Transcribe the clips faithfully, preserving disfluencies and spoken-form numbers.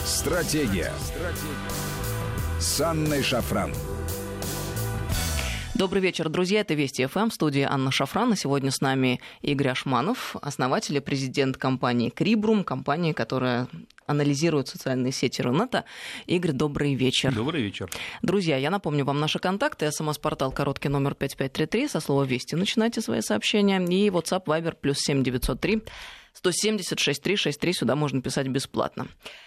Стратегия. Стратегия. С Анной Шафран. Добрый вечер, друзья. Это Вести эф эм, в студии Анна Шафран. И сегодня с нами Игорь Ашманов, основатель и президент компании Крибрум, компании, которая анализирует социальные сети Рунета. Игорь, добрый вечер. Добрый вечер. Друзья, я напомню вам наши контакты. СМС-портал короткий номер пять пять три три. Со слова «Вести» начинайте свои сообщения. И WhatsApp, Viber, плюс семь девятьсот три сто семьдесят шестьдесят три шестьдесят три. Сюда можно писать бесплатно.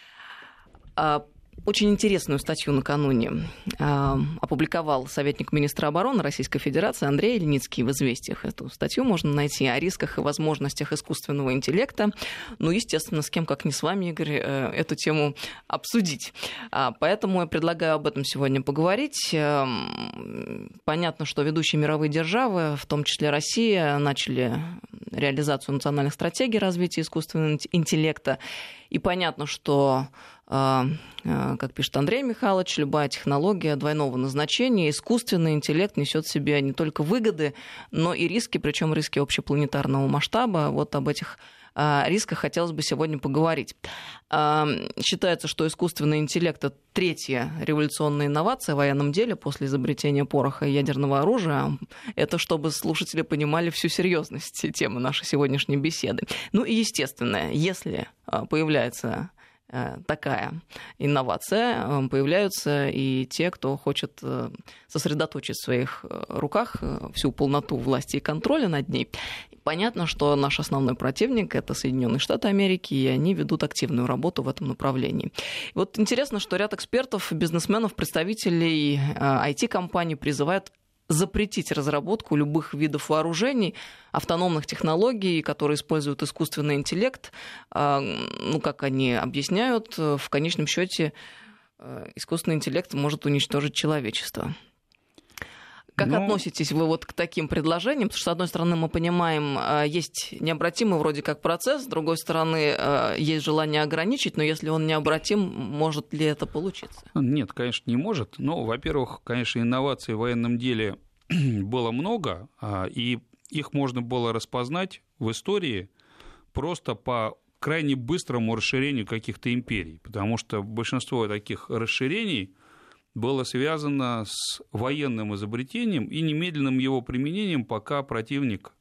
Очень интересную статью накануне э, опубликовал советник министра обороны Российской Федерации Андрей Ильницкий в «Известиях». Эту статью можно найти о рисках и возможностях искусственного интеллекта. Ну, естественно, с кем, как не с вами, Игорь, э, эту тему обсудить. А, поэтому я предлагаю об этом сегодня поговорить. Э, понятно, что ведущие мировые державы, в том числе Россия, начали реализацию национальных стратегий развития искусственного интеллекта. И понятно, что, как пишет Андрей Михайлович, любая технология двойного назначения, искусственный интеллект несет в себе не только выгоды, но и риски, причем риски общепланетарного масштаба. Вот об этих рисках хотелось бы сегодня поговорить. Считается, что искусственный интеллект — это третья революционная инновация в военном деле после изобретения пороха и ядерного оружия. Это чтобы слушатели понимали всю серьезность темы нашей сегодняшней беседы. Ну и, естественно, если появляется такая инновация, появляются и те, кто хочет сосредоточить в своих руках всю полноту власти и контроля над ней. Понятно, что наш основной противник — это Соединенные Штаты Америки, и они ведут активную работу в этом направлении. И вот интересно, что ряд экспертов, бизнесменов, представителей ай ти-компаний призывают запретить разработку любых видов вооружений, автономных технологий, которые используют искусственный интеллект. Ну, как они объясняют, в конечном счете искусственный интеллект может уничтожить человечество. Как ну, относитесь вы вот к таким предложениям? Потому что, с одной стороны, мы понимаем, есть необратимый вроде как процесс, с другой стороны, есть желание ограничить, но если он необратим, может ли это получиться? Нет, конечно, не может. Но, во-первых, конечно, инноваций в военном деле было много, и их можно было распознать в истории просто по крайне быстрому расширению каких-то империй, потому что большинство таких расширений было связано с военным изобретением и немедленным его применением, пока противник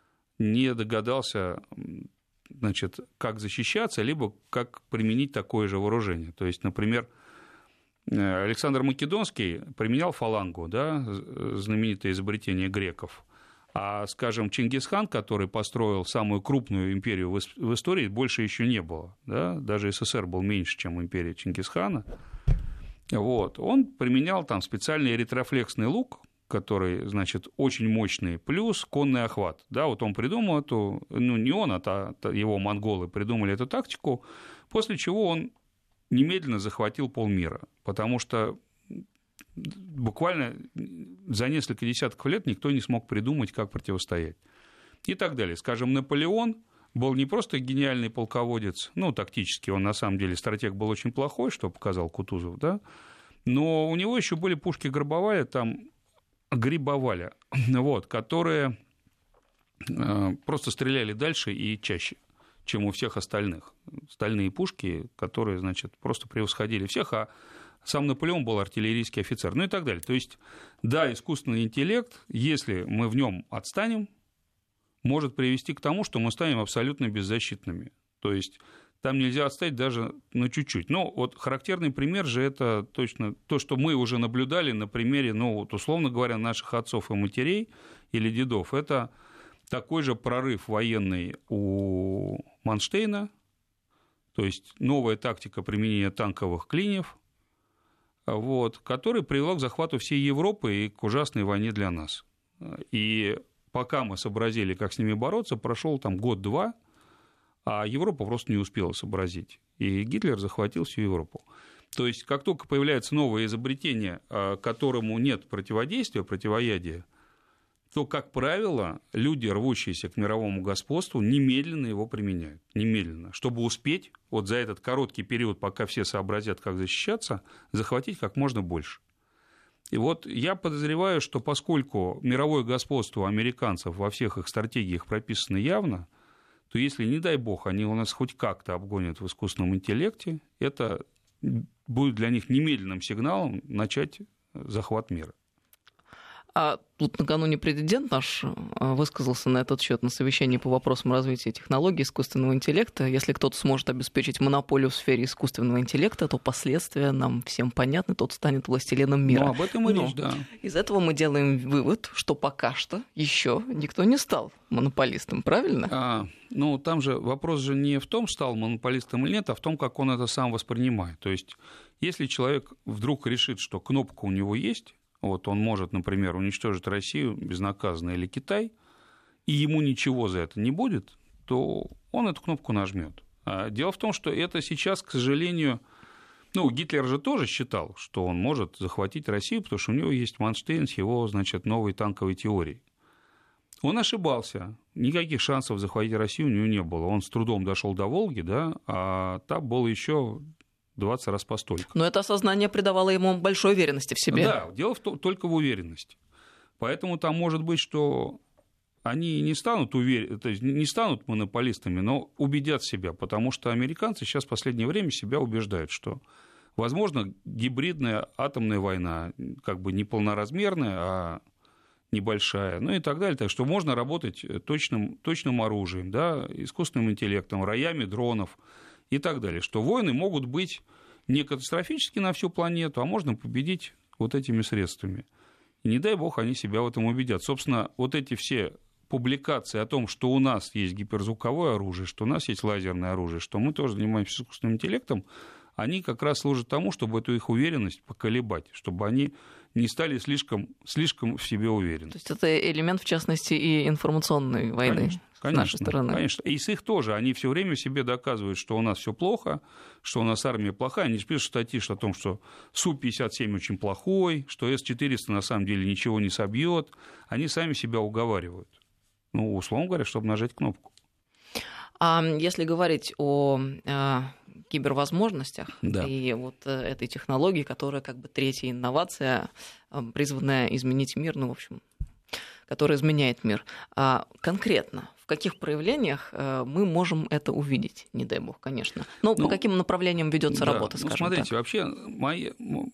не догадался, значит, как защищаться, либо как применить такое же вооружение. То есть, например, Александр Македонский применял фалангу, да, знаменитое изобретение греков, а, скажем, Чингисхан, который построил самую крупную империю в истории, больше еще не было. Да? Даже СССР был меньше, чем империя Чингисхана. Вот. Он применял там специальный ретрофлексный лук, который, значит, очень мощный, плюс конный охват. Да, вот он придумал эту, ну, не он, а его монголы придумали эту тактику, после чего он немедленно захватил полмира, потому что буквально за несколько десятков лет никто не смог придумать, как противостоять. И так далее. Скажем, Наполеон был не просто гениальный полководец, ну, тактически, он на самом деле стратег был очень плохой, что показал Кутузов, да, но у него еще были пушки Грабоваля, там, Грибоваля, вот, которые э, просто стреляли дальше и чаще, чем у всех остальных. Стальные пушки, которые, значит, просто превосходили всех, а сам Наполеон был артиллерийский офицер, ну и так далее. То есть, да, искусственный интеллект, если мы в нем отстанем, может привести к тому, что мы станем абсолютно беззащитными. То есть там нельзя отстать даже на чуть-чуть. Но вот характерный пример же это точно то, что мы уже наблюдали на примере, ну вот условно говоря, наших отцов и матерей или дедов. Это такой же прорыв военный у Манштейна, то есть новая тактика применения танковых клиньев, вот, который привел к захвату всей Европы и к ужасной войне для нас. И пока мы сообразили, как с ними бороться, прошел там год-два, а Европа просто не успела сообразить. И Гитлер захватил всю Европу. То есть, как только появляется новое изобретение, которому нет противодействия, противоядия, то, как правило, люди, рвущиеся к мировому господству, немедленно его применяют. Немедленно. Чтобы успеть вот за этот короткий период, пока все сообразят, как защищаться, захватить как можно больше. И вот я подозреваю, что поскольку мировое господство американцев во всех их стратегиях прописано явно, то если, не дай бог, они у нас хоть как-то обгонят в искусственном интеллекте, это будет для них немедленным сигналом начать захват мира. А тут накануне президент наш высказался на этот счет на совещании по вопросам развития технологий искусственного интеллекта. Если кто-то сможет обеспечить монополию в сфере искусственного интеллекта, то последствия нам всем понятны, тот станет властелином мира. Ну, об этом и Но речь, да. Из этого мы делаем вывод, что пока что еще никто не стал монополистом, правильно? А, ну, там же вопрос же не в том, стал монополистом или нет, а в том, как он это сам воспринимает. То есть, если человек вдруг решит, что кнопка у него есть, вот он может, например, уничтожить Россию безнаказанно или Китай, и ему ничего за это не будет, то он эту кнопку нажмет. А дело в том, что это сейчас, к сожалению, ну, Гитлер же тоже считал, что он может захватить Россию, потому что у него есть Манштейн с его, значит, новой танковой теорией. Он ошибался. Никаких шансов захватить Россию у него не было. Он с трудом дошел до Волги, да, а там было еще двадцать раз постольку. Но это осознание придавало ему большой уверенности в себе. Да, дело в том, только в уверенности. Поэтому там может быть, что они не станут, увер... то есть не станут монополистами, но убедят себя, потому что американцы сейчас в последнее время себя убеждают, что, возможно, гибридная атомная война, как бы не полноразмерная, а небольшая, ну и так далее. Так что можно работать точным, точным оружием, да, искусственным интеллектом, роями дронов и так далее, что войны могут быть не катастрофически на всю планету, а можно победить вот этими средствами. И не дай бог они себя в этом убедят. Собственно, вот эти все публикации о том, что у нас есть гиперзвуковое оружие, что у нас есть лазерное оружие, что мы тоже занимаемся искусственным интеллектом, они как раз служат тому, чтобы эту их уверенность поколебать, чтобы они не стали слишком, слишком в себе уверены. То есть это элемент, в частности, и информационной войны, конечно, с конечно, нашей стороны. Конечно, и с их тоже. Они все время себе доказывают, что у нас все плохо, что у нас армия плохая. Они пишут статьи о том, что Су пятьдесят семь очень плохой, что Эс четыреста на самом деле ничего не собьет. Они сами себя уговаривают. Ну, условно говоря, чтобы нажать кнопку. А если говорить о э, кибервозможностях, да. и вот э, этой технологии, которая как бы третья инновация, э, призванная изменить мир, ну, в общем, которая изменяет мир, а конкретно в каких проявлениях э, мы можем это увидеть, не дай бог, конечно. Но ну, по каким направлениям ведется да, работа, скажем ну, смотрите, так? вообще, мое,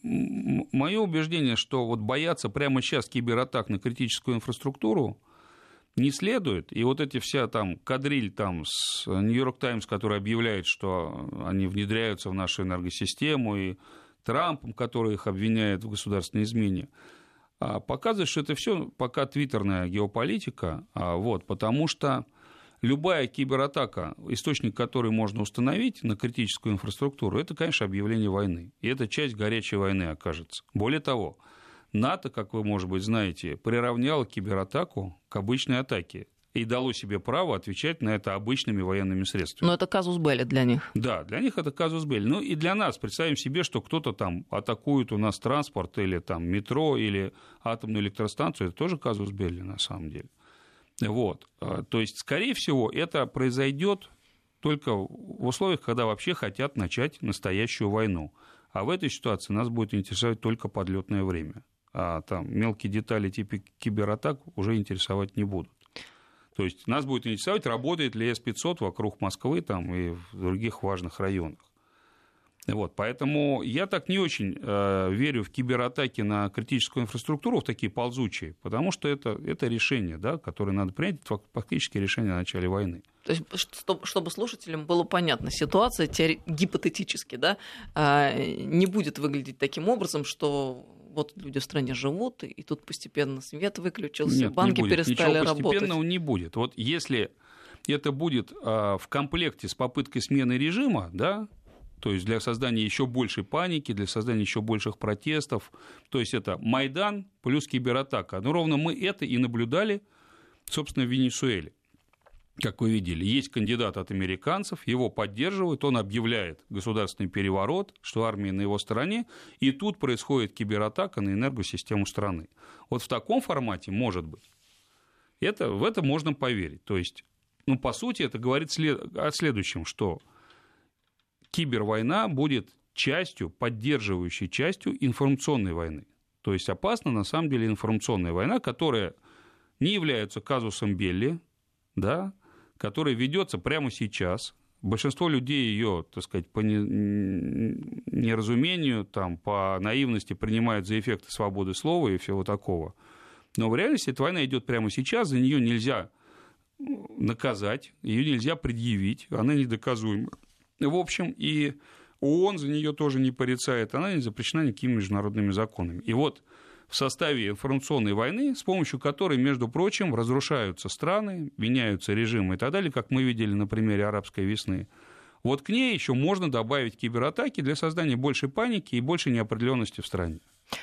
мое убеждение, что вот бояться прямо сейчас кибератак на критическую инфраструктуру не следует, и вот эти вся там кадриль там с Нью-Йорк Таймс, который объявляет, что они внедряются в нашу энергосистему, и Трампом, который их обвиняет в государственной измене, показывает, что это все пока твиттерная геополитика, вот, потому что любая кибератака, источник которой можно установить на критическую инфраструктуру, это, конечно, объявление войны, и это часть горячей войны окажется. Более того, НАТО, как вы, может быть, знаете, приравняло кибератаку к обычной атаке и дало себе право отвечать на это обычными военными средствами. Но это казус белли для них. Да, для них это казус белли. Ну и для нас, представим себе, что кто-то там атакует у нас транспорт или там метро или атомную электростанцию, это тоже казус белли на самом деле. Вот. То есть, скорее всего, это произойдет только в условиях, когда вообще хотят начать настоящую войну. А в этой ситуации нас будет интересовать только подлетное время. А там мелкие детали типа кибератак уже интересовать не будут. То есть нас будет интересовать, работает ли Эс пятьсот вокруг Москвы там, и в других важных районах. Вот, поэтому я так не очень э, верю в кибератаки на критическую инфраструктуру, в такие ползучие, потому что это, это решение, да, которое надо принять, это фактически решение о начале войны. То есть, чтобы слушателям было понятно, ситуация теори- гипотетически, да, не будет выглядеть таким образом, что вот люди в стране живут, и тут постепенно свет выключился, Нет, банки не будет. перестали Ничего работать. постепенного не будет. Вот если это будет в комплекте с попыткой смены режима, да, то есть для создания еще большей паники, для создания еще больших протестов, то есть это Майдан плюс кибератака. Но ровно мы это и наблюдали, собственно, в Венесуэле. Как вы видели, есть кандидат от американцев, его поддерживают, он объявляет государственный переворот, что армия на его стороне, и тут происходит кибератака на энергосистему страны. Вот в таком формате может быть. Это, в это можно поверить. То есть, ну, по сути, это говорит след... о следующем, что кибервойна будет частью, поддерживающей частью информационной войны. То есть опасна на самом деле информационная война, которая не является казусом белли, да, которая ведется прямо сейчас большинство людей ее, так сказать, по неразумению, там, по наивности принимают за эффекты свободы слова и всего такого. Но в реальности эта война идет прямо сейчас, за нее нельзя наказать, ее нельзя предъявить, она недоказуема. В общем, и ООН за нее тоже не порицает, она не запрещена никакими международными законами. И вот в составе информационной войны, с помощью которой, между прочим, разрушаются страны, меняются режимы и так далее, как мы видели на примере арабской весны, вот к ней еще можно добавить кибератаки для создания большей паники и большей неопределенности в стране.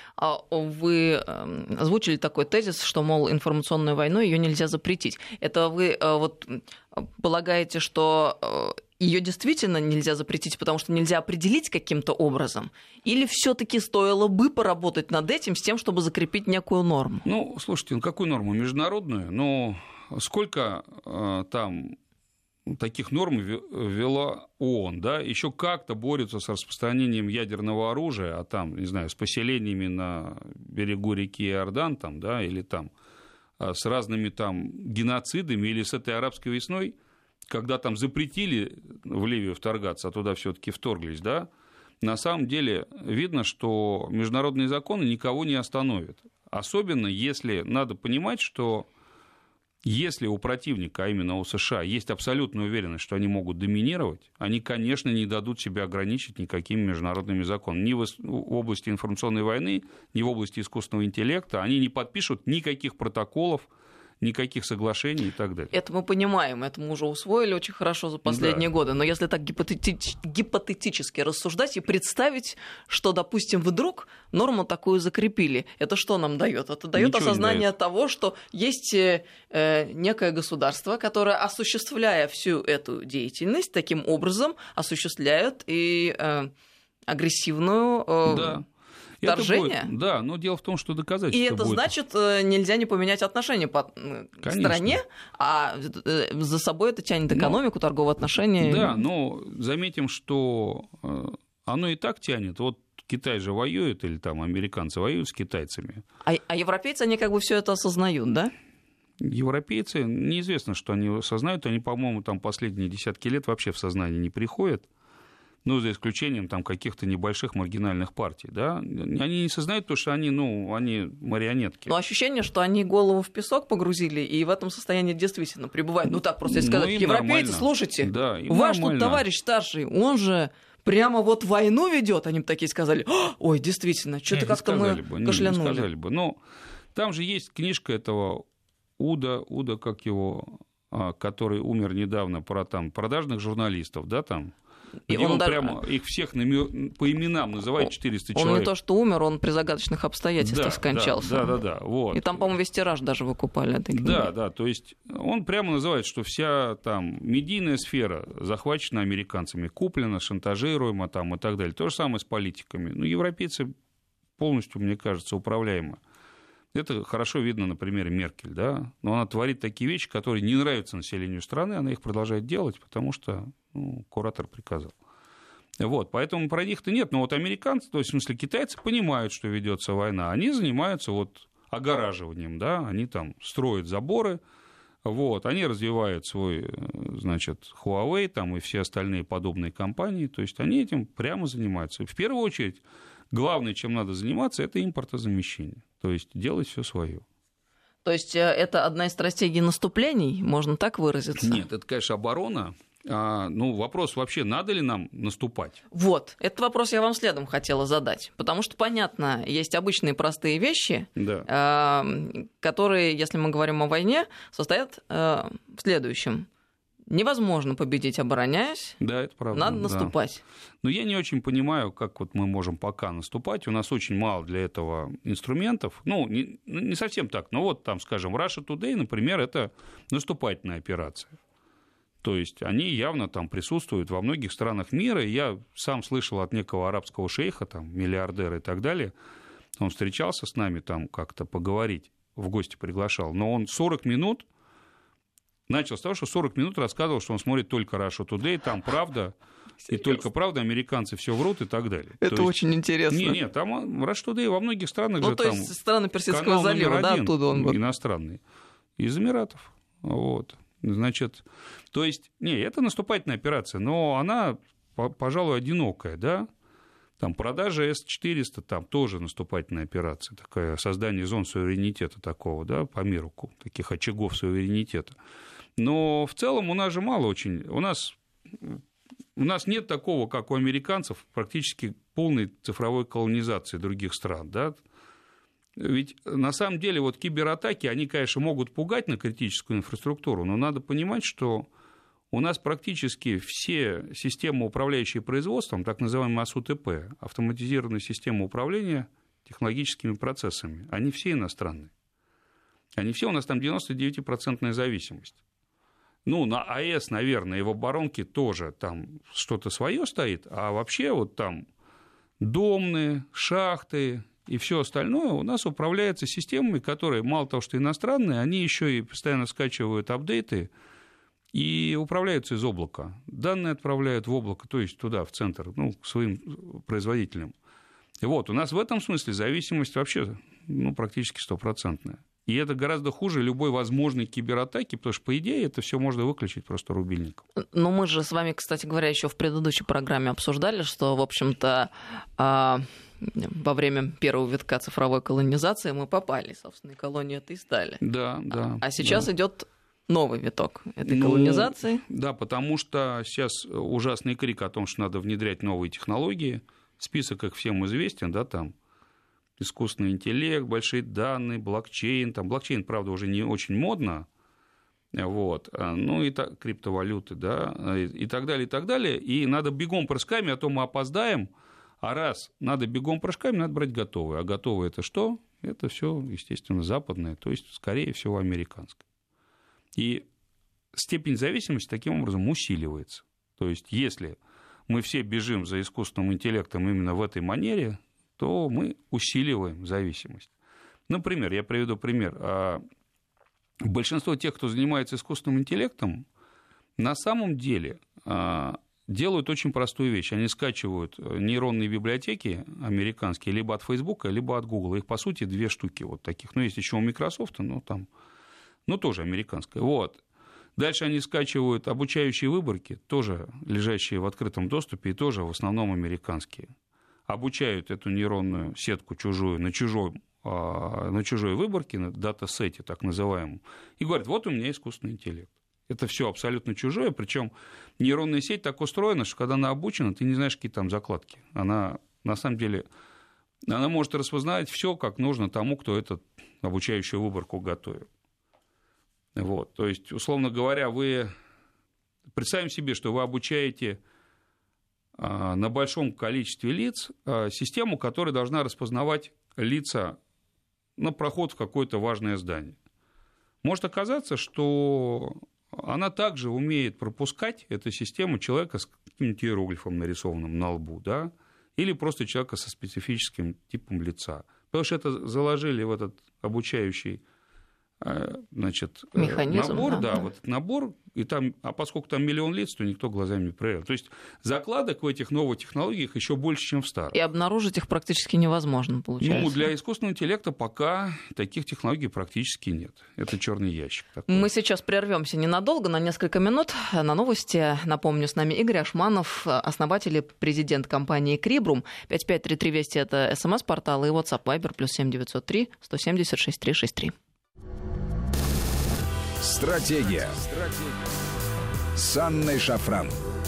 Вы озвучили такой тезис, что, мол, информационную войну ее нельзя запретить. Это вы вот полагаете, что ее действительно нельзя запретить, потому что нельзя определить каким-то образом? Или все-таки стоило бы поработать над этим с тем, чтобы закрепить некую норму? Ну, слушайте, ну какую норму? Международную? Ну, сколько э, там таких норм ввела ООН, да, еще как-то борются с распространением ядерного оружия, а там, не знаю, с поселениями на берегу реки Иордан, там, да, или там с разными там геноцидами, или с этой арабской весной, когда там запретили в Ливию вторгаться, а туда все-таки вторглись, да, на самом деле видно, что международные законы никого не остановят. Особенно если надо понимать, что если у противника, а именно у США, есть абсолютная уверенность, что они могут доминировать, они, конечно, не дадут себя ограничить никакими международными законами. Ни в области информационной войны, ни в области искусственного интеллекта. Они не подпишут никаких протоколов, никаких соглашений и так далее. Это мы понимаем, это мы уже усвоили очень хорошо за последние да. годы. Но если так гипотетич... гипотетически рассуждать и представить, что, допустим, вдруг норму такую закрепили, это что нам дает? Это дает осознание того, что есть э, некое государство, которое, осуществляя всю эту деятельность, таким образом осуществляет и э, агрессивную... Э, да. Вторжение? Будет, да, но дело в том, что доказательство И это будет... значит, нельзя не поменять отношения по к стране, а за собой это тянет экономику, но, торговые отношения. Да, но заметим, что оно и так тянет. Вот Китай же воюет, или там американцы воюют с китайцами. А, а европейцы, они как бы все это осознают, да? Европейцы, неизвестно, что они осознают, они, по-моему, там последние десятки лет вообще в сознание не приходят. Ну, за исключением там каких-то небольших маргинальных партий, да, они не сознают, потому что они, ну, они марионетки. Но ощущение, что они голову в песок погрузили и в этом состоянии действительно пребывают. Ну, так просто если сказать, европейцы, нормально. Слушайте, да, ваш нормально. Тут товарищ старший, он же прямо вот войну ведет, они бы такие сказали, ой, действительно, что-то как-то мы бы, кашлянули. Не сказали бы, но там же есть книжка этого Уда, Уда, как его, который умер недавно, про там продажных журналистов, да, там, и он, он даже... прямо их всех намер... по именам называет четыреста человек. Он не то что умер, он при загадочных обстоятельствах да, скончался. Да, да, да, да, вот. И там, по-моему, весь тираж даже выкупали этой книги. Да, да, то есть он прямо называет, что вся там медийная сфера захвачена американцами, куплена, шантажируема там, и так далее. То же самое с политиками. Ну, европейцы полностью, мне кажется, управляемы. Это хорошо видно на примере Меркель, да, но она творит такие вещи, которые не нравятся населению страны, она их продолжает делать, потому что ну, куратор приказал. Вот, поэтому про них-то нет, но вот американцы, то есть в смысле китайцы понимают, что ведется война, они занимаются вот огораживанием, да, они там строят заборы, вот, они развивают свой, значит, Huawei там и все остальные подобные компании, то есть они этим прямо занимаются. В первую очередь, главное, чем надо заниматься, это импортозамещение. То есть делать все свое. То есть это одна из стратегий наступлений, можно так выразиться? Нет, это, конечно, оборона. А, ну, вопрос вообще, надо ли нам наступать? Вот, этот вопрос я вам следом хотела задать. Потому что, понятно, есть обычные простые вещи, да. э, которые, если мы говорим о войне, состоят э, в следующем. Невозможно победить, обороняясь. Да, это правда. Надо наступать. Да. Но я не очень понимаю, как вот мы можем пока наступать. У нас очень мало для этого инструментов. Ну, не, не совсем так. Но вот там, скажем, Russia Today, например, это наступательная операция. То есть они явно там присутствуют во многих странах мира. И я сам слышал от некого арабского шейха, там, миллиардера и так далее. Он встречался с нами там как-то поговорить, в гости приглашал. Но он сорок минут... Начал с того, что сорок минут рассказывал, что он смотрит только Russia Today, там правда, и только правда, американцы все врут и так далее. Это то очень есть... интересно. Нет, нет, там Russia Today во многих странах ну, же то там... есть страны Персидского залива, да, оттуда он был. Иностранный. Из Эмиратов. Вот. Значит, то есть, не, это наступательная операция, но она, пожалуй, одинокая, да. Там продажа эс четыреста, там тоже наступательная операция, такая, создание зон суверенитета такого, да, по миру, таких очагов суверенитета. Но в целом у нас же мало очень, у нас, у нас нет такого, как у американцев, практически полной цифровой колонизации других стран, да. Ведь на самом деле вот кибератаки, они, конечно, могут пугать на критическую инфраструктуру, но надо понимать, что у нас практически все системы, управляющие производством, так называемые эй эс у тэ пэ, автоматизированные системы управления технологическими процессами, они все иностранные. Они все, у нас там девяносто девять процентов зависимость. Ну, на АЭС, наверное, и в оборонке тоже там что-то свое стоит, а вообще вот там домны, шахты и все остальное у нас управляется системами, которые, мало того, что иностранные, они еще и постоянно скачивают апдейты, и управляются из облака. Данные отправляют в облако, то есть туда, в центр, ну, к своим производителям. И вот, у нас в этом смысле зависимость вообще ну, практически стопроцентная. И это гораздо хуже любой возможной кибератаки, потому что, по идее, это все можно выключить просто рубильником. Но мы же с вами, кстати говоря, еще в предыдущей программе обсуждали, что, в общем-то, во время первого витка цифровой колонизации мы попали, собственно, и колонии это и стали. Да, да. А сейчас да. идет новый виток этой ну, колонизации. Да, потому что сейчас ужасный крик о том, что надо внедрять новые технологии. Список их всем известен, да, там искусственный интеллект, большие данные, блокчейн. Там блокчейн, правда, уже не очень модно, вот, ну и так, криптовалюты, да, и, и так далее, и так далее. И надо бегом прыжками, а то мы опоздаем. А раз надо бегом прыжками, надо брать готовые. А готовые это что? Это все, естественно, западное, то есть, скорее всего, американское. И степень зависимости таким образом усиливается. То есть, если мы все бежим за искусственным интеллектом именно в этой манере, то мы усиливаем зависимость. Например, я приведу пример. Большинство тех, кто занимается искусственным интеллектом, на самом деле делают очень простую вещь. Они скачивают нейронные библиотеки американские либо от Фейсбука, либо от Гугла. Их, по сути, две штуки вот таких. Ну, есть еще у Microsoft, но там... Ну, тоже американская. Вот. Дальше они скачивают обучающие выборки, тоже лежащие в открытом доступе, и тоже в основном американские. Обучают эту нейронную сетку чужую на чужой, на чужой выборке, на датасете так называемом, и говорят, вот у меня искусственный интеллект. Это все абсолютно чужое, причем нейронная сеть так устроена, что когда она обучена, ты не знаешь, какие там закладки. Она, на самом деле, она может распознавать все, как нужно тому, кто эту обучающую выборку готовит. Вот, то есть, условно говоря, вы представим себе, что вы обучаете а, на большом количестве лиц а, систему, которая должна распознавать лица на проход в какое-то важное здание. Может оказаться, что она также умеет пропускать эту систему человека с каким-нибудь иероглифом нарисованным на лбу, да, или просто человека со специфическим типом лица. Потому что это заложили в этот обучающий значит, механизм, набор, да, да, вот этот набор, и там, а поскольку там миллион лиц, то никто глазами не проверяет. То есть закладок в этих новых технологиях еще больше, чем в старых. И обнаружить их практически невозможно, получается. Ну, для искусственного интеллекта пока таких технологий практически нет. Это черный ящик такой. Мы сейчас прервемся ненадолго, на несколько минут, на новости. Напомню, с нами Игорь Ашманов, основатель и президент компании Крибрум. пять пять три три Вести — это смс-портал, и WhatsApp Viber плюс семь девятьсот три сто семьдесят шесть триста шестьдесят три. Стратегия. Стратегия. С Анной Шафран.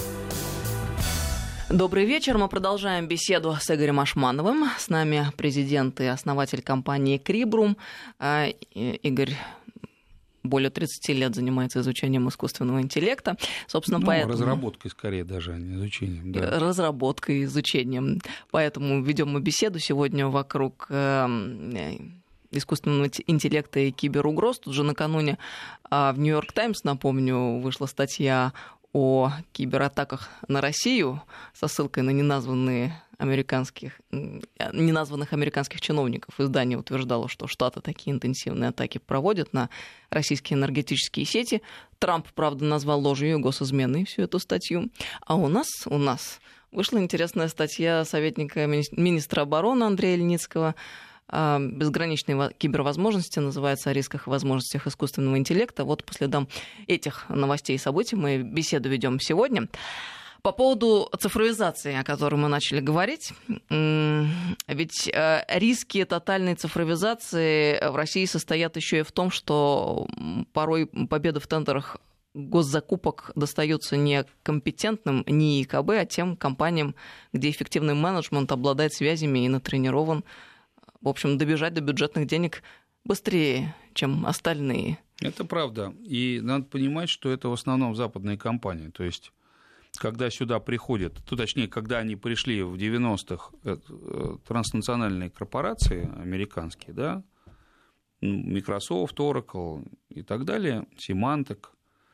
Добрый вечер. Мы продолжаем беседу с Игорем Ашмановым. С нами президент и основатель компании Крибрум. Игорь более тридцати лет занимается изучением искусственного интеллекта. Собственно, ну, поэтому... разработкой скорее даже, а не изучением. Да. Разработкой, изучением. Поэтому ведем мы беседу сегодня вокруг искусственного интеллекта и киберугроз. Тут же накануне в «Нью-Йорк Таймс», напомню, вышла статья о кибератаках на Россию со ссылкой на неназванные американских, неназванных американских чиновников. Издание утверждало, что Штаты такие интенсивные атаки проводят на российские энергетические сети. Трамп, правда, назвал ложью и госизменой всю эту статью. А у нас, у нас вышла интересная статья советника министра обороны Андрея Ильницкого, безграничные кибервозможности, называется «О рисках и возможностях искусственного интеллекта». Вот по следам этих новостей и событий мы беседу ведем сегодня. По поводу цифровизации, о которой мы начали говорить, ведь риски тотальной цифровизации в России состоят еще и в том, что порой победа в тендерах госзакупок достаются не компетентным, не И К Б, а тем компаниям, где эффективный менеджмент обладает связями и натренирован, в общем, добежать до бюджетных денег быстрее, чем остальные. Это правда. И надо понимать, что это в основном западные компании. То есть, когда сюда приходят, то, точнее, когда они пришли в девяностых, транснациональные корпорации американские, да, Microsoft, Oracle и так далее, Symantec,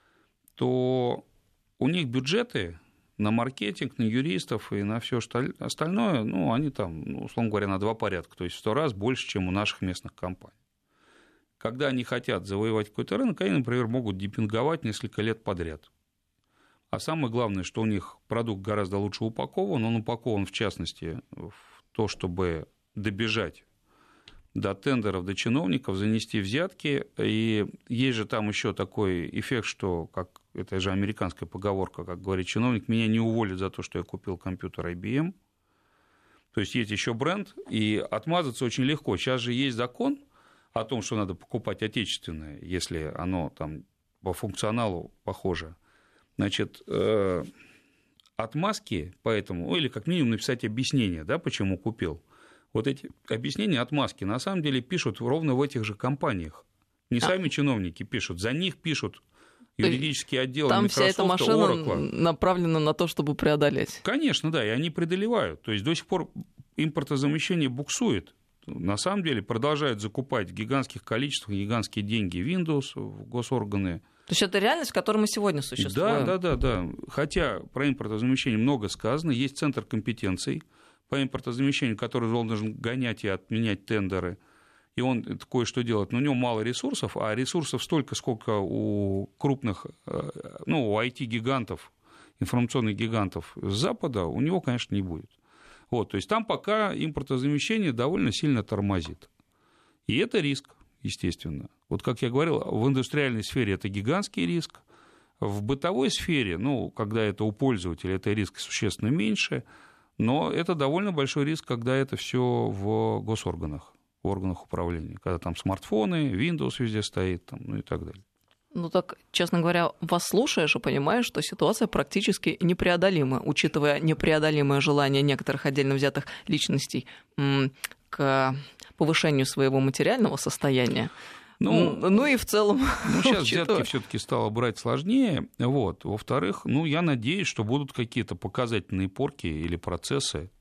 то у них бюджеты на маркетинг, на юристов и на все остальное, ну, они там, ну, условно говоря, на два порядка, то есть в сто раз больше, чем у наших местных компаний. Когда они хотят завоевать какой-то рынок, они, например, могут демпинговать несколько лет подряд. А самое главное, что у них продукт гораздо лучше упакован, он упакован, в частности, в то, чтобы добежать до тендеров, до чиновников, занести взятки. И есть же там еще такой эффект, что, как это же американская поговорка, как говорит чиновник, меня не уволят за то, что я купил компьютер ай би эм. То есть есть еще бренд, и отмазаться очень легко. Сейчас же есть закон о том, что надо покупать отечественное, если оно там по функционалу похоже. Значит, отмазки поэтому, или как минимум написать объяснение, да, почему купил. Вот эти объяснения, отмазки, на самом деле пишут ровно в этих же компаниях. Не сами а. чиновники пишут, за них пишут юридические отделы там Microsoft, вся эта машина Oracle. Направлена на то, чтобы преодолеть. Конечно, да, и они преодолевают. То есть до сих пор импортозамещение буксует. На самом деле продолжают закупать в гигантских количествах гигантские деньги Windows, в госорганы. То есть это реальность, в которой мы сегодня существуем? Да, да, да, да. Хотя про импортозамещение много сказано, есть центр компетенций по импортозамещению, который должен гонять и отменять тендеры, и он кое-что делает, но у него мало ресурсов, а ресурсов столько, сколько у крупных, ну, у ай ти-гигантов, информационных гигантов с Запада, у него, конечно, не будет. Вот, то есть там пока импортозамещение довольно сильно тормозит. И это риск, естественно. Вот как я говорил, в индустриальной сфере это гигантский риск, в бытовой сфере, ну, когда это у пользователя, это риск существенно меньше, но это довольно большой риск, когда это все в госорганах, в органах управления, когда там смартфоны, Windows везде стоит, там, ну и так далее. Ну так, честно говоря, вас слушаешь и понимаешь, что ситуация практически непреодолима, учитывая непреодолимое желание некоторых отдельно взятых личностей к повышению своего материального состояния. Ну, ну и в целом... Ну, сейчас взятки все-таки стало брать сложнее. Вот. Во-вторых, ну, я надеюсь, что будут какие-то показательные порки или процессы.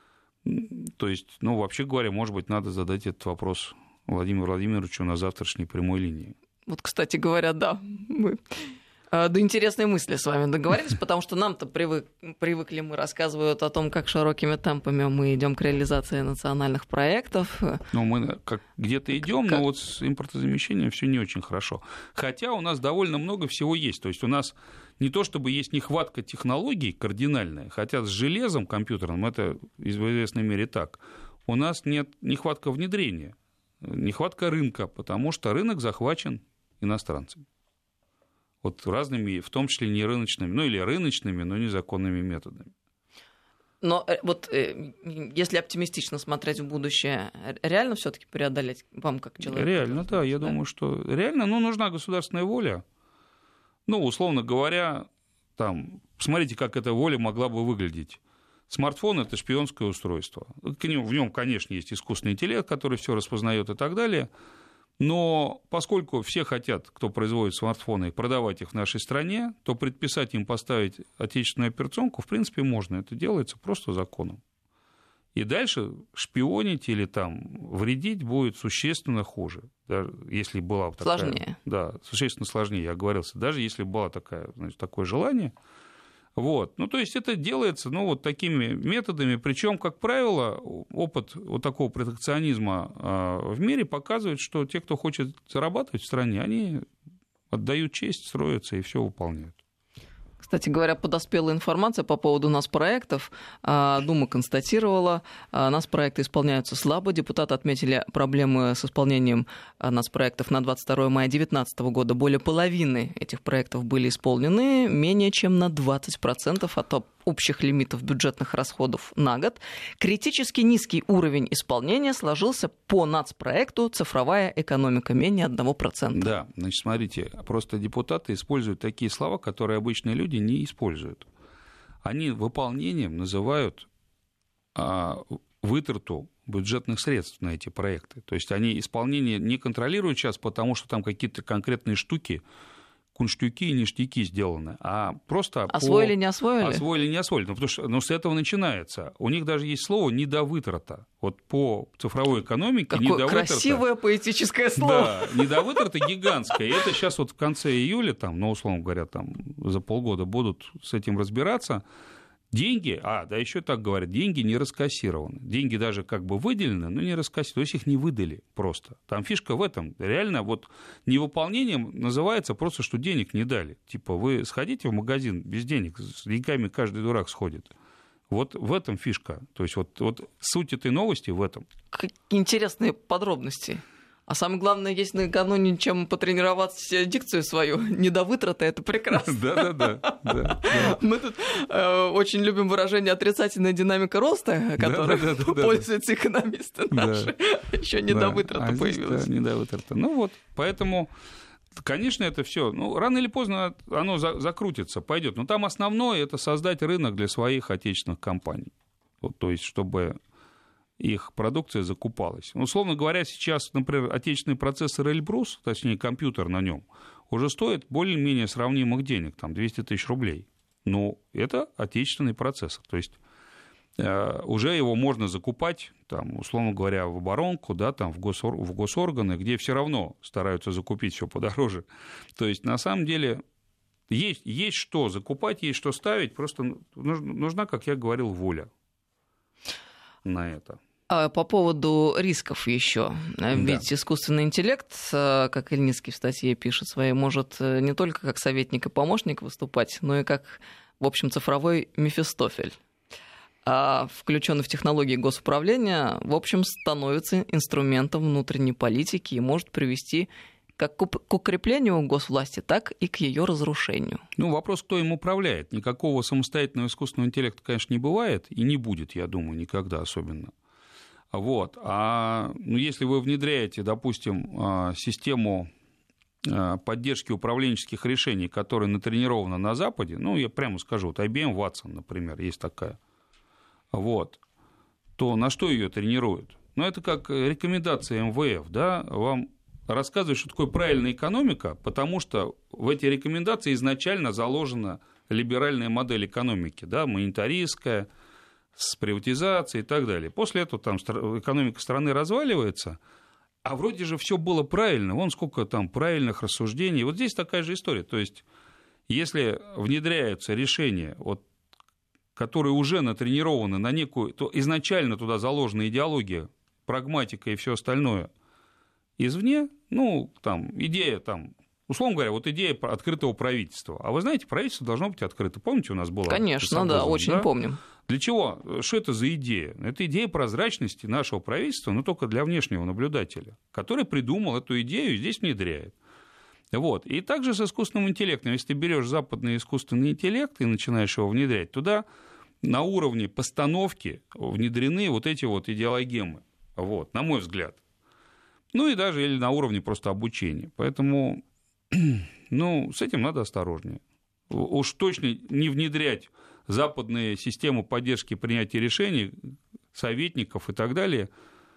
То есть, ну, вообще говоря, может быть, надо задать этот вопрос Владимиру Владимировичу на завтрашней прямой линии. Вот, кстати говоря, да, мы до интересной мысли с вами договорились, потому что нам-то привык, привыкли, мы рассказывают о том, как широкими темпами мы идем к реализации национальных проектов. Ну, мы как где-то идем, как... но вот с импортозамещением все не очень хорошо. Хотя у нас довольно много всего есть. То есть у нас не то чтобы есть нехватка технологий кардинальная, хотя с железом компьютерным это в известной мере так. У нас нет нехватка внедрения, нехватка рынка, потому что рынок захвачен иностранцами. Вот разными, в том числе не рыночными, ну или рыночными, но незаконными методами. Но вот если оптимистично смотреть в будущее, реально все-таки преодолеть вам как человеку? Реально, да, я да? думаю, что реально, ну, нужна государственная воля. Ну, условно говоря, там, посмотрите, как эта воля могла бы выглядеть. Смартфон — это шпионское устройство. В нем, конечно, есть искусственный интеллект, который все распознает и так далее. Но поскольку все хотят, кто производит смартфоны, продавать их в нашей стране, то предписать им поставить отечественную операционку, в принципе, можно. Это делается просто законом. И дальше шпионить или там вредить будет существенно хуже. Даже если была такая... Сложнее. Да, существенно сложнее, я оговорился. Даже если было такая, значит, такое желание... Вот. Ну, то есть это делается, ну, вот такими методами, причем, как правило, опыт вот такого протекционизма в мире показывает, что те, кто хочет зарабатывать в стране, они отдают честь, строятся и все выполняют. Кстати говоря, подоспела информация по поводу нацпроектов. Дума констатировала, нацпроекты исполняются слабо. Депутаты отметили проблемы с исполнением нацпроектов на двадцать второе мая две тысячи девятнадцатого года. Более половины этих проектов были исполнены, менее чем на двадцать процентов от общих лимитов бюджетных расходов на год. Критически низкий уровень исполнения сложился по нацпроекту «Цифровая экономика», менее одного процента. Да, значит, смотрите, просто депутаты используют такие слова, которые обычные люди не используют. Они выполнением называют а, вытрату бюджетных средств на эти проекты. То есть они исполнение не контролируют сейчас, потому что там какие-то конкретные штуки, кунштюки и ништяки сделаны, а просто... Освоили, по... не освоили? Освоили, не освоили. Ну, потому что ну, с этого начинается. У них даже есть слово «недовытрата». Вот по цифровой экономике Какое недовытрата... красивое поэтическое слово. Да, недовытрата гигантская. И это сейчас вот в конце июля, там, ну, условно говоря, там, за полгода будут с этим разбираться. Деньги, а, да еще так говорят, деньги не раскассированы. Деньги даже как бы выделены, но не раскассированы. То есть их не выдали просто. Там фишка в этом. Реально вот невыполнением называется просто, что денег не дали. Типа вы сходите в магазин без денег, с деньгами каждый дурак сходит. Вот в этом фишка. То есть вот, вот суть этой новости в этом. Какие интересные подробности. А самое главное, есть накануне чем потренировать дикцию свою. Недовытрата — это прекрасно. Да-да-да. Мы тут э, очень любим выражение «отрицательная динамика роста», которым пользуются экономисты наши. Еще недовытрата а появилась. Да, недовытрата. Ну вот, поэтому, конечно, это все. Ну, рано или поздно оно за- закрутится, пойдет. Но там основное — это создать рынок для своих отечественных компаний. Вот, то есть, чтобы... их продукция закупалась. Условно говоря, сейчас, например, отечественный процессор Эльбрус, точнее, компьютер на нем, уже стоит более-менее сравнимых денег, там, двести тысяч рублей. Но это отечественный процессор. То есть э, уже его можно закупать, там, условно говоря, в оборонку, да, там, в, госор- в госорганы, где все равно стараются закупить все подороже. То есть, на самом деле, есть, есть что закупать, есть что ставить, просто нужна, как я говорил, воля на это. По поводу рисков еще. Ведь да. Искусственный интеллект, как Ильницкий в статье пишет своей, может не только как советник и помощник выступать, но и как, в общем, цифровой Мефистофель. А включенный в технологии госуправления, в общем, становится инструментом внутренней политики и может привести как к укреплению госвласти, так и к ее разрушению. Ну, вопрос, кто им управляет. Никакого самостоятельного искусственного интеллекта, конечно, не бывает и не будет, я думаю, никогда особенно. Вот. А ну, если вы внедряете, допустим, систему поддержки управленческих решений, которая натренирована на Западе, ну, я прямо скажу, вот ай би эм Watson, например, есть такая, вот, то на что ее тренируют? Ну, это как рекомендация эм вэ эф, да, вам рассказывают, что такое правильная экономика, потому что в эти рекомендации изначально заложена либеральная модель экономики, да, монетаристская, с приватизацией и так далее. После этого там экономика страны разваливается, а вроде же все было правильно, вон сколько там правильных рассуждений. Вот здесь такая же история. То есть, если внедряются решения, вот, которые уже натренированы на некую, то изначально туда заложена идеология, прагматика и все остальное извне, ну, там, идея там, условно говоря, вот идея открытого правительства. А вы знаете, правительство должно быть открыто. Помните, у нас было? Конечно, да, очень да? помним. Для чего? Что это за идея? Это идея прозрачности нашего правительства, но только для внешнего наблюдателя, который придумал эту идею и здесь внедряет. Вот. И также с искусственным интеллектом. Если ты берешь западный искусственный интеллект и начинаешь его внедрять, туда на уровне постановки внедрены вот эти вот идеологемы, вот, на мой взгляд. Ну и даже или на уровне просто обучения. Поэтому, ну, с этим надо осторожнее. Уж точно не внедрять западные системы поддержки принятия решений, советников и так далее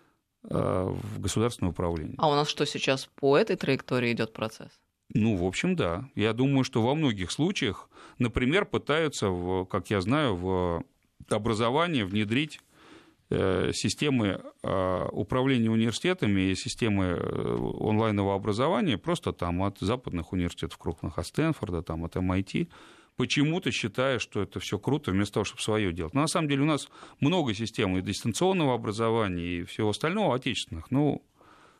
в государственное управление. А у нас что, сейчас по этой траектории идет процесс? Ну, в общем, да. Я думаю, что во многих случаях, например, пытаются, в, как я знаю, в образование внедрить системы управления университетами и системы онлайнового образования просто там от западных университетов крупных, от Стэнфорда, там, от эм ай ти, почему-то считая, что это все круто, вместо того, чтобы свое делать. Но на самом деле у нас много систем и дистанционного образования, и всего остального отечественных, но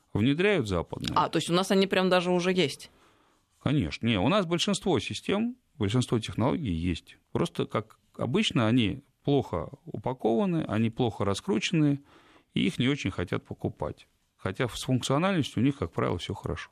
внедряют западные. А, то есть у нас они прям даже уже есть? Конечно. Не, у нас большинство систем большинство технологий есть. Просто, как обычно, они плохо упакованы, они плохо раскручены, и их не очень хотят покупать. Хотя с функциональностью у них, как правило, все хорошо.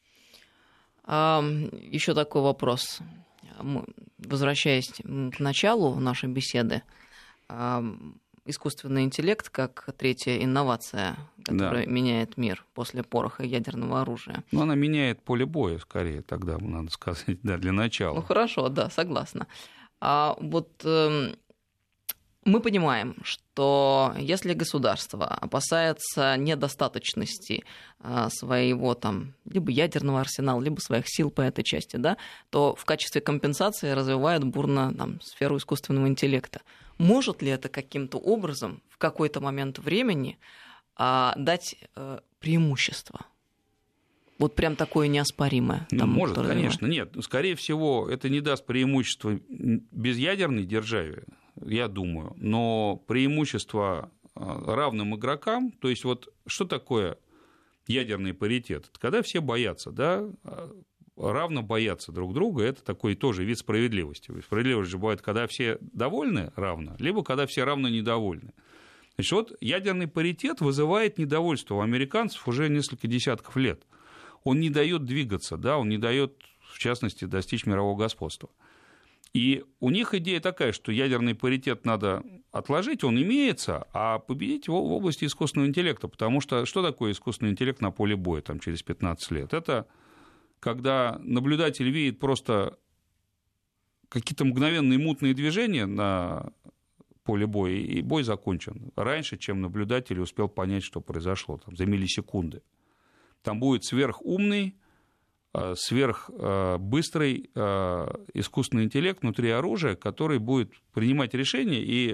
А, еще такой вопрос. Возвращаясь к началу нашей беседы, искусственный интеллект как третья инновация, которая да. меняет мир после пороха и ядерного оружия. Ну, она меняет поле боя, скорее, тогда, надо сказать, да, для начала. Ну, хорошо, да, согласна. А вот э, мы понимаем, что если государство опасается недостаточности э, своего там либо ядерного арсенала, либо своих сил по этой части, да, то в качестве компенсации развивает бурно там, сферу искусственного интеллекта. Может ли это каким-то образом в какой-то момент времени а, дать а, преимущество? Вот прям такое неоспоримое. Ну, тому, может, конечно. Развивает. Нет, скорее всего, это не даст преимущества безъядерной державе, я думаю, но преимущество равным игрокам, то есть вот что такое ядерный паритет? Это когда все боятся, да, равно боятся друг друга, это такой тоже вид справедливости. Справедливость же бывает, когда все довольны равно, либо когда все равно недовольны. Значит, вот ядерный паритет вызывает недовольство у американцев уже несколько десятков лет. Он не дает двигаться, да, он не дает, в частности, достичь мирового господства. И у них идея такая, что ядерный паритет надо отложить, он имеется, а победить в области искусственного интеллекта, потому что что такое искусственный интеллект на поле боя там, через пятнадцать лет? Это когда наблюдатель видит просто какие-то мгновенные мутные движения на поле боя, и бой закончен раньше, чем наблюдатель успел понять, что произошло, там, за миллисекунды. Там будет сверхумный, сверхбыстрый искусственный интеллект внутри оружия, который будет принимать решения и,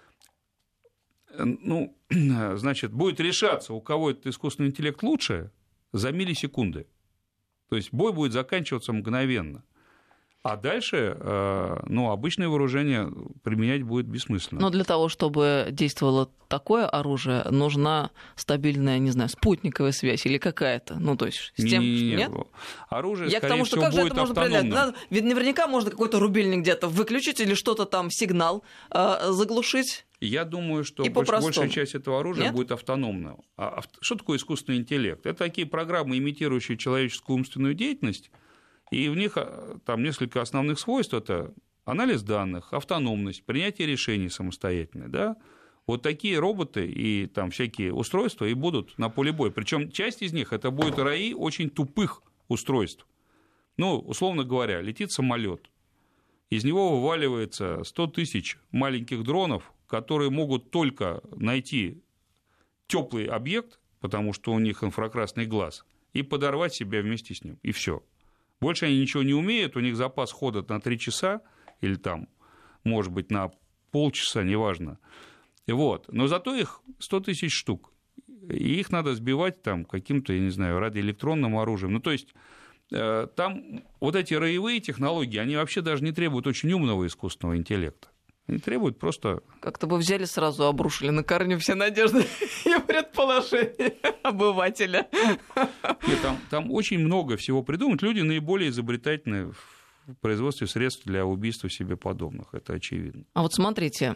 ну, значит, будет решаться, у кого этот искусственный интеллект лучше, за миллисекунды. То есть бой будет заканчиваться мгновенно. А дальше, ну, обычное вооружение применять будет бессмысленно. Но для того, чтобы действовало такое оружие, нужна стабильная, не знаю, спутниковая связь или какая-то. Ну, то есть с тем, не, нет? Оружие, Я скорее к тому, что всего, как же будет это можно автономным. определять? Ведь наверняка можно какой-то рубильник где-то выключить или что-то там, сигнал э, заглушить. Я думаю, что и больш, большая часть этого оружия Нет? будет автономна. А что такое искусственный интеллект? Это такие программы, имитирующие человеческую умственную деятельность, и в них там несколько основных свойств. Это анализ данных, автономность, принятие решений самостоятельное. Да? Вот такие роботы и там всякие устройства и будут на поле боя. Причем часть из них это будет раи очень тупых устройств. Ну, условно говоря, летит самолет, из него вываливается сто тысяч маленьких дронов, которые могут только найти теплый объект, потому что у них инфракрасный глаз, и подорвать себя вместе с ним. И все. Больше они ничего не умеют, у них запас хода на три часа, или там, может быть, на полчаса, неважно. Вот. Но зато их сто тысяч штук. И их надо сбивать там каким-то, я не знаю, радиоэлектронным оружием. Ну, то есть, э, там вот эти роевые технологии, они вообще даже не требуют очень умного искусственного интеллекта. Они требуют просто... Как-то бы взяли сразу, обрушили на корню все надежды и предположения обывателя. Нет, там, там очень много всего придумать. Люди наиболее изобретательны в производстве средств для убийства себе подобных. Это очевидно. А вот смотрите,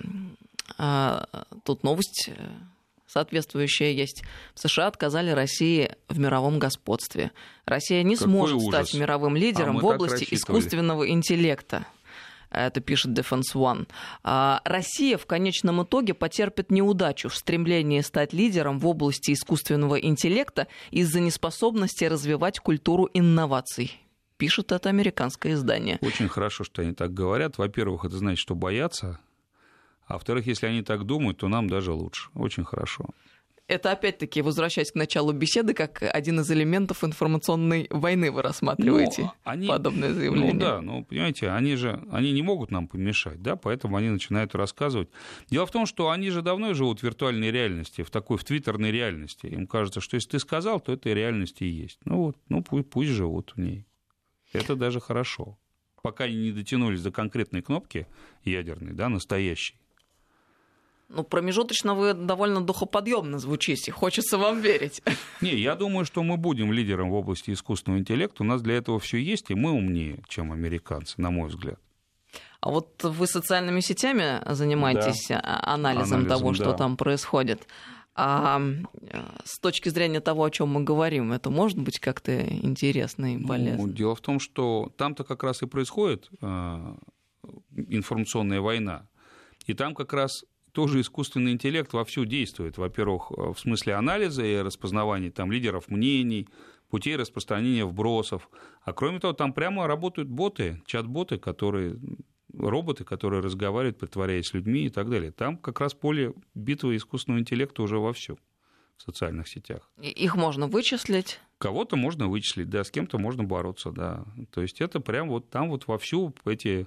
тут новость соответствующая есть. В США отказали России в мировом господстве. Россия не Какой сможет ужас. стать мировым лидером а в области рассчитывали. искусственного интеллекта. Это пишет Defense One. Россия в конечном итоге потерпит неудачу в стремлении стать лидером в области искусственного интеллекта из-за неспособности развивать культуру инноваций. Пишет это американское издание. Очень хорошо, что они так говорят. Во-первых, это значит, что боятся. А во-вторых, если они так думают, то нам даже лучше. Очень хорошо. Это опять-таки, возвращаясь к началу беседы, как один из элементов информационной войны вы рассматриваете, ну, они, подобное заявление. Ну да, ну понимаете, они же они не могут нам помешать, да, поэтому они начинают рассказывать. Дело в том, что они же давно живут в виртуальной реальности, в такой, в твиттерной реальности. Им кажется, что если ты сказал, то это и реальность и есть. Ну вот, ну пусть, пусть живут в ней. Это даже хорошо. Пока они не дотянулись до конкретной кнопки ядерной, да, настоящей. Ну, промежуточно вы довольно духоподъемно звучите. Хочется вам верить. Не, я думаю, что мы будем лидером в области искусственного интеллекта. У нас для этого все есть, и мы умнее, чем американцы, на мой взгляд. А вот вы социальными сетями занимаетесь, да, анализом, анализом того, что да. там происходит. А с точки зрения того, о чем мы говорим, это может быть как-то интересно и полезно? Ну, дело в том, что там-то как раз и происходит э, информационная война. И там как раз тоже искусственный интеллект вовсю действует. Во-первых, в смысле анализа и распознавания там, лидеров мнений, путей распространения вбросов. А кроме того, там прямо работают боты, чат-боты, которые, роботы, которые разговаривают, притворяясь с людьми и так далее. Там как раз поле битвы искусственного интеллекта уже вовсю в социальных сетях. Их можно вычислить? Кого-то можно вычислить, да, с кем-то можно бороться, да. То есть это прям вот там вот вовсю эти...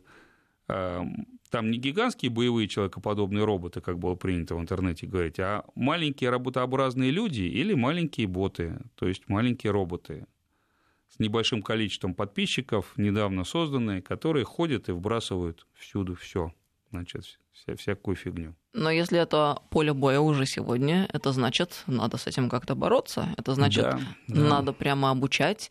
Там не гигантские боевые человекоподобные роботы, как было принято в интернете говорить, а маленькие работообразные люди или маленькие боты, то есть маленькие роботы с небольшим количеством подписчиков, недавно созданные, которые ходят и вбрасывают всюду все, значит, вся, всякую фигню. Но если это поле боя уже сегодня, это значит, надо с этим как-то бороться, это значит, да, да. надо прямо обучать,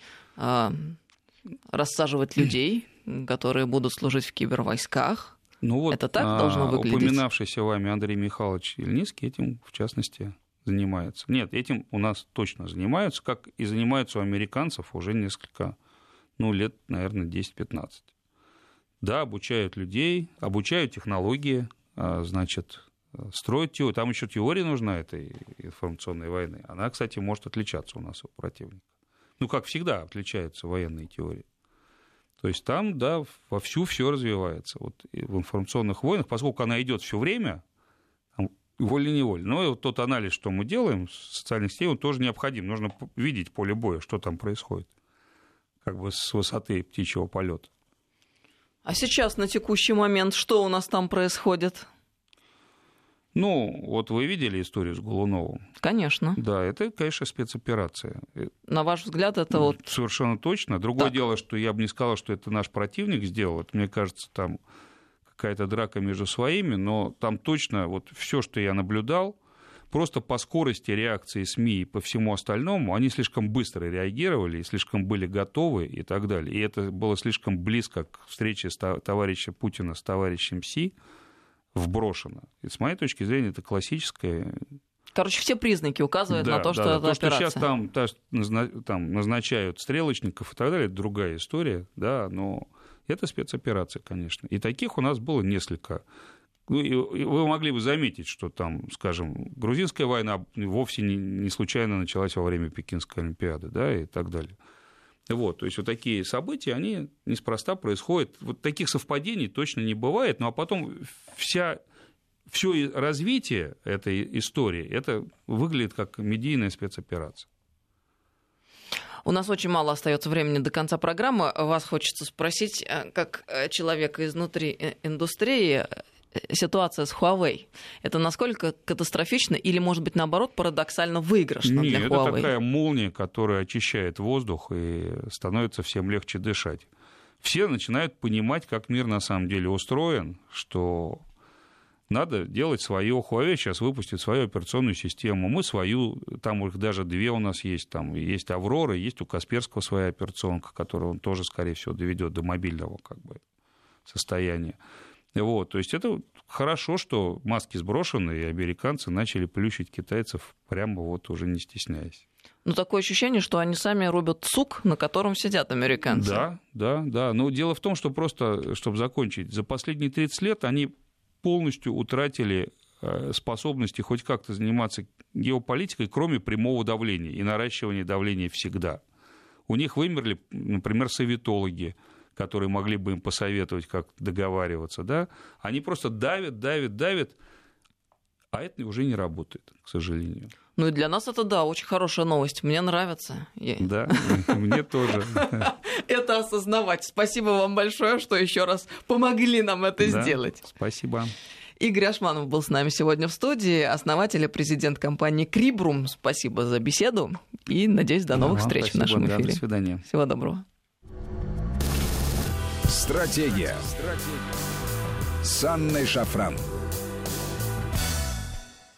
рассаживать людей, которые будут служить в кибервойсках. Ну вот, это так должно выглядеть? Упоминавшийся вами Андрей Михайлович Ильницкий этим, в частности, занимается. Нет, этим у нас точно занимаются, как и занимаются у американцев уже несколько, ну, лет, наверное, десять-пятнадцать. Да, обучают людей, обучают технологии, значит, строят теорию. Там еще теория нужна этой информационной войны. Она, кстати, может отличаться у нас у противника. Ну, как всегда, отличаются военные теории. То есть там, да, вовсю все развивается. Вот в информационных войнах, поскольку она идет все время, волей-неволей. Но вот тот анализ, что мы делаем в социальных сетях, он тоже необходим. Нужно видеть поле боя, что там происходит, как бы с высоты птичьего полета. А сейчас, на текущий момент, что у нас там происходит? Ну, вот вы видели историю с Голуновым? Конечно. Да, это, конечно, спецоперация. На ваш взгляд, это вот... Совершенно точно. Другое так. дело, что я бы не сказал, что это наш противник сделал. Это, мне кажется, там какая-то драка между своими, но там точно вот все, что я наблюдал, просто по скорости реакции СМИ и по всему остальному, они слишком быстро реагировали и слишком были готовы и так далее. И это было слишком близко к встрече с товарища Путина с товарищем Си, вброшено. И с моей точки зрения, это классическое... Короче, все признаки указывают да, на то, да, что да, это то, операция. Что сейчас там, там назначают стрелочников и так далее, это другая история, да, но это спецоперация, конечно. И таких у нас было несколько. Вы могли бы заметить, что там, скажем, грузинская война вовсе не случайно началась во время Пекинской Олимпиады, да, и так далее. Вот, то есть вот такие события, они неспроста происходят. Вот таких совпадений точно не бывает, ну а потом вся, все развитие этой истории, это выглядит как медийная спецоперация. У нас очень мало остается времени до конца программы. Вас хочется спросить, как человека изнутри индустрии, ситуация с Huawei, это насколько катастрофично или, может быть, наоборот, парадоксально выигрышно Нет, для Huawei? Это такая молния, которая очищает воздух и становится всем легче дышать. Все начинают понимать, как мир на самом деле устроен, что надо делать свое. Huawei сейчас выпустит свою операционную систему, мы свою, там их даже две у нас есть, там есть Аврора, есть у Касперского своя операционка, которую он тоже, скорее всего, доведет до мобильного как бы состояния. Вот, то есть это хорошо, что маски сброшены, и американцы начали плющить китайцев прямо вот уже не стесняясь. Ну, такое ощущение, что они сами рубят сук, на котором сидят американцы. Да, да, да. Но дело в том, что просто, чтобы закончить, за последние тридцать лет они полностью утратили способности хоть как-то заниматься геополитикой, кроме прямого давления и наращивания давления всегда. У них вымерли, например, советологи, которые могли бы им посоветовать, как договариваться, да, они просто давят, давят, давят, а это уже не работает, к сожалению. Ну и для нас это, да, очень хорошая новость. Мне нравится. Да, мне тоже. Это осознавать. Спасибо вам большое, что еще раз помогли нам это сделать. Спасибо. Игорь Ашманов был с нами сегодня в студии, основатель и президент компании Крибрум. Спасибо за беседу и, надеюсь, до новых встреч в нашем эфире. До свидания. Всего доброго. Стратегия. Стратегия. С Анной Шафран.